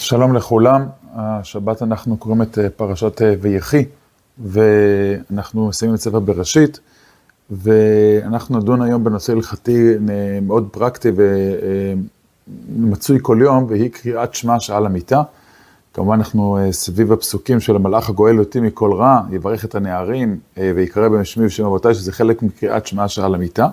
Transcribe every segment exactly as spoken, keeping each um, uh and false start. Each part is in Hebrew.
שלום לכולם, השבת אנחנו קוראים את פרשת ויחי, ואנחנו מסיימים את ספר בראשית, ואנחנו נדון היום בנושא הלכתי מאוד פרקטי ומצוי כל יום, והיא קריאת שמע שעל המיטה. כמובן אנחנו סביב הפסוקים של המלאך הגואל אותי מכל רע, יברך את הנערים ויקרא בהם שמי ושם אבותיי, שזה חלק מקריאת שמע שעל המיטה.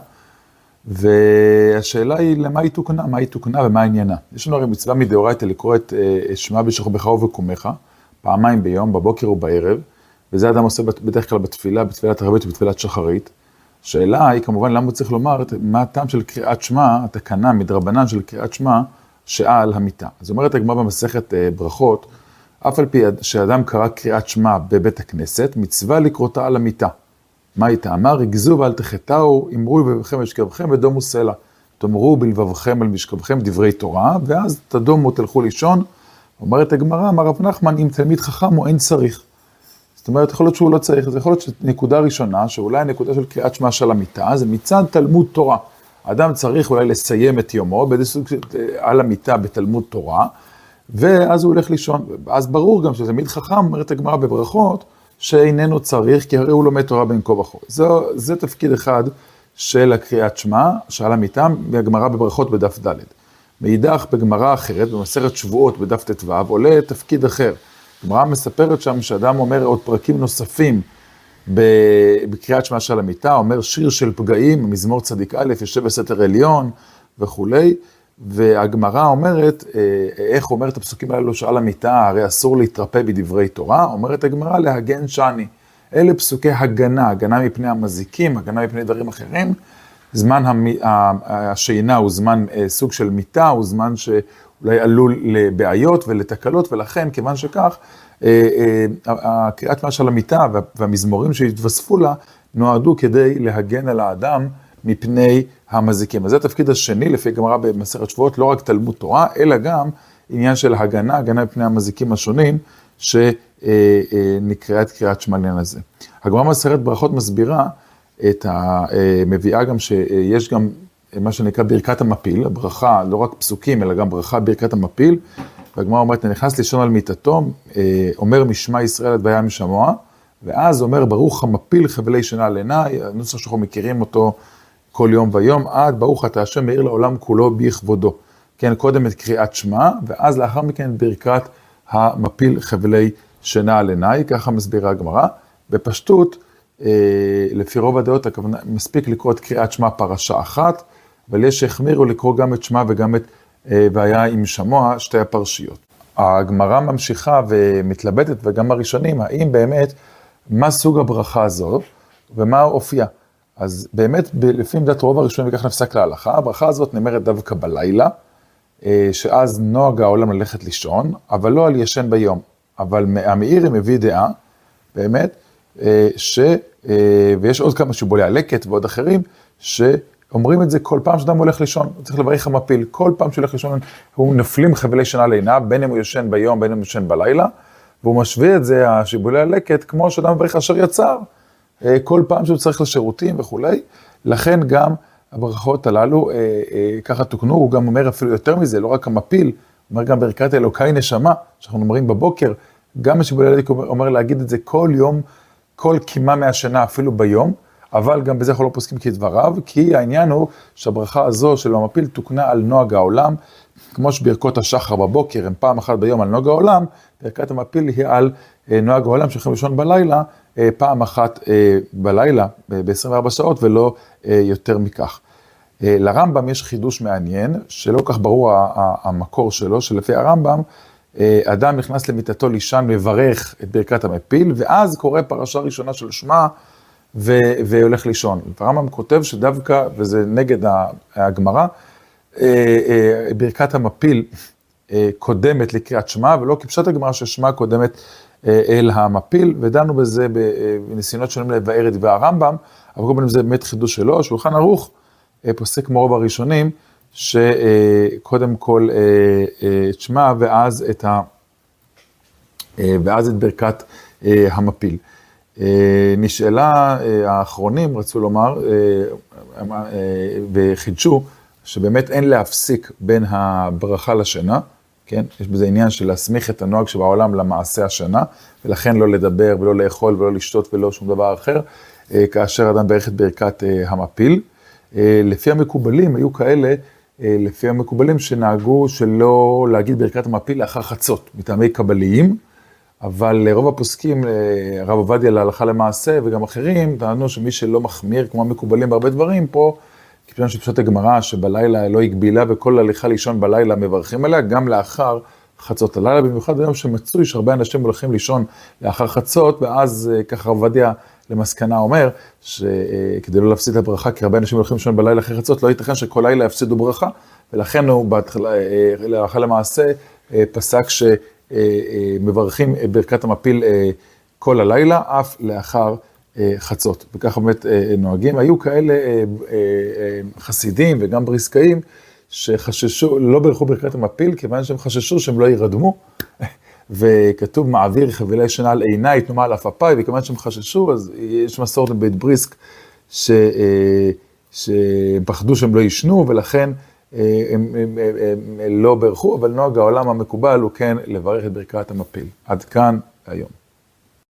והשאלה היא למה היא תוקנה, מה היא תוקנה ומה עניינה. יש לנו הרי מצווה מדאורייתא לקרוא את שמע בשוכבך ובקומך, פעמיים ביום, בבוקר ובערב, וזה אדם עושה בדרך כלל בתפילה, בתפילת ערבית ובתפילת שחרית. השאלה היא כמובן למה הוא צריך לומר מה הטעם של קריאת שמע, התקנה מדרבנן של קריאת שמע שעל המיטה. אז אומרת הגמרא במסכת ברכות, אף על פי שאדם קרא קריאת שמע בבית הכנסת, מצווה לקרותה על המיטה. מה היא טעמה? רגזו ואל תחטאו, אמרו בלבבכם ומשכבכם ודומו סלע. תאמרו בלבבכם על משכבכם דברי תורה, ואז תדומו תלכו לישון. אומרת הגמרא, אמר רב נחמן, אם תלמיד חכם או אין צריך. זאת אומרת, יכול להיות שהוא לא צריך, זה יכול להיות שנקודה ראשונה, שאולי הנקודה של קריאת שמע של המיטה, זה מצד תלמוד תורה. האדם צריך אולי לסיים את יומו, באיזה סוג על המיטה בתלמוד תורה, ואז הוא הולך לישון. אז ברור גם שתלמיד חכם, אומרת הגמרא בברכות, שאיננו צריך, כי הרי הוא לומד תורה בין כה וכה. זה, זה תפקיד אחד של הקריאת שמע, שעל המיטה, והגמרא בברכות בדף ד'. מאידך בגמרא אחרת, במסכת שבועות בדף ט"ו, עולה תפקיד אחר. הגמרא מספרת שם שאדם אומר עוד פרקים נוספים בקריאת שמע שעל המיטה, אומר שיר של פגעים, מזמור צדיק א', יושב בסתר עליון וכולי, והגמרא אומרת, איך אומרת הפסוקים האלו שעל המיטה, הרי אסור להתרפא בדברי תורה, אומרת הגמרא להגן שאני. אלה פסוקי הגנה, הגנה מפני המזיקים, הגנה מפני דברים אחרים. זמן השינה הוא זמן סוג של מיטה, הוא זמן שאולי עלול לבעיות ולתקלות, ולכן כיוון שכך, הקריאת שמע של המיטה והמזמורים שהתווספו לה, נועדו כדי להגן על האדם, מפני המזיקים. אז זה התפקיד השני, לפי גמרא במסכת שבועות, לא רק תלמוד תורה, אלא גם עניין של הגנה, הגנה מפני המזיקים השונים, שנקראת קריאת שמע לעניין הזה. הגמרא במסכת ברכות מסבירה, את ה... מביאה גם שיש גם מה שנקרא ברכת המפיל, הברכה, לא רק פסוקים, אלא גם ברכה ברכת המפיל, והגמרא אומרת, נכנס לישון על מיטתו, אומר משמע ישראל עד והיה משמוע, ואז אומר ברוך המפיל חבלי שינה על עיניי, הנוסח שאנחנו מכירים אותו, כל יום ויום, עד ברוך אתה השם מאיר לעולם כולו בכבודו. כן, קודם את קריאת שמע, ואז לאחר מכן ברכת המפיל חבלי שינה על עיניי, ככה מסבירה הגמרא. בפשטות, אה, לפי רוב הדעות, הכוונה, מספיק לקרוא את קריאת שמע פרשה אחת, אבל יש שהחמירו לקרוא גם את שמע וגם את אה, והיה עם שמוע, שתי הפרשיות. הגמרא ממשיכה ומתלבטת, וגם הראשונים, האם באמת, מה סוג הברכה הזו, ומה אופייה. אז באמת, לפי עמדת רוב הראשונים, וכך נפסק להלכה, הברכה הזאת נאמרת דווקא בלילה, שאז נוהג העולם ללכת לישון, אבל לא על ישן ביום. אבל המאירי מביא דעה, באמת, ש... ויש עוד כמה שיבולי הלקט ועוד אחרים, שאומרים את זה כל פעם שאדם הולך לישון, הוא צריך לברך המפיל, כל פעם שהוא הולך לישון, הוא נפלים חבלי שינה לעיניו, בין אם הוא ישן ביום, בין אם הוא ישן בלילה, והוא משווה את זה, השיבולי הלקט, כמו שאדם מברך אשר יצר, כל פעם שהוא צריך לשירותים וכולי, לכן גם הברכות הללו ככה תוקנו, הוא גם אומר אפילו יותר מזה, לא רק המפיל, אומר גם ברכת אלוקי נשמה, שאנחנו אומרים בבוקר, גם השיבולי הלקט אומר להגיד את זה כל יום, כל קימה מהשנה אפילו ביום, אבל גם בזה אנחנו לא פוסקים כדבריו, כי העניין הוא שהברכה הזו של המפיל תוקנה על נוהג העולם, כמו שברכות השחר בבוקר הם פעם אחת ביום על נוהג העולם, ברכת המפיל היא על נוהג העולם שהולכים לישון בלילה, פעם אחת בלילה, ב-עשרים וארבע שעות, ולא יותר מכך. לרמב"ם יש חידוש מעניין, שלא כך ברור המקור שלו, שלפי הרמב"ם, אדם נכנס למיטתו לישן, מברך את ברכת המפיל, ואז קורא פרשה ראשונה של שמע, והולך לישון. הרמב"ם כותב שדווקא, וזה נגד הגמרא, ברכת המפיל קודמת לקריאת שמע, ולא כפשט הגמרא ששמע קודמת אל המפיל, ודנו בזה בניסיונות שונים לבאר את דברי הרמב"ם, אבל כל פעם זה באמת חידוש שלו, שולחן ערוך פוסק כמו רוב הראשונים, שקודם כל את שמע, ואז את, ה, ואז את ברכת המפיל. נשאלה, האחרונים רצו לומר, וחידשו, שבאמת אין להפסיק בין הברכה לשינה, כן? יש בזה עניין של להסמיך את הנוהג שבעולם למעשה השנה, ולכן לא לדבר ולא לאכול ולא לשתות ולא שום דבר אחר, כאשר אדם ברך את ברכת המפיל. לפי המקובלים, היו כאלה, לפי המקובלים שנהגו שלא להגיד ברכת המפיל לאחר חצות, מטעמי קבליים, אבל רוב הפוסקים, הרב עובדיה להלכה למעשה וגם אחרים, טענו שמי שלא מחמיר כמו המקובלים בהרבה דברים פה, כפי שפשוט הגמרא שבלילה לא הגבילה וכל הליכה לישון בלילה מברכים עליה, גם לאחר חצות הלילה, במיוחד היום שמצוי שהרבה אנשים הולכים לישון לאחר חצות, ואז ככה הרב עובדיה למסקנה אומר, שכדי לא להפסיד את הברכה, כי הרבה אנשים הולכים לישון בלילה אחרי חצות, לא ייתכן שכל לילה יפסידו ברכה, ולכן הוא להלכה למעשה פסק שמברכים ברכת המפיל כל הלילה, אף לאחר חצות, וככה באמת נוהגים. היו כאלה חסידים וגם בריסקאים שחששו, לא ברכו ברכת המפיל, כיוון שהם חששו שהם לא ירדמו, וכתוב מעביר חבילי שינה על עיניי, תנומה על אפפיי, וכיוון שהם חששו, אז יש מסורת בבית בריסק ש... שפחדו שהם לא ישנו, ולכן הם, הם, הם, הם לא ברכו, אבל נוהג העולם המקובל הוא כן לברך את ברכת המפיל. עד כאן היום.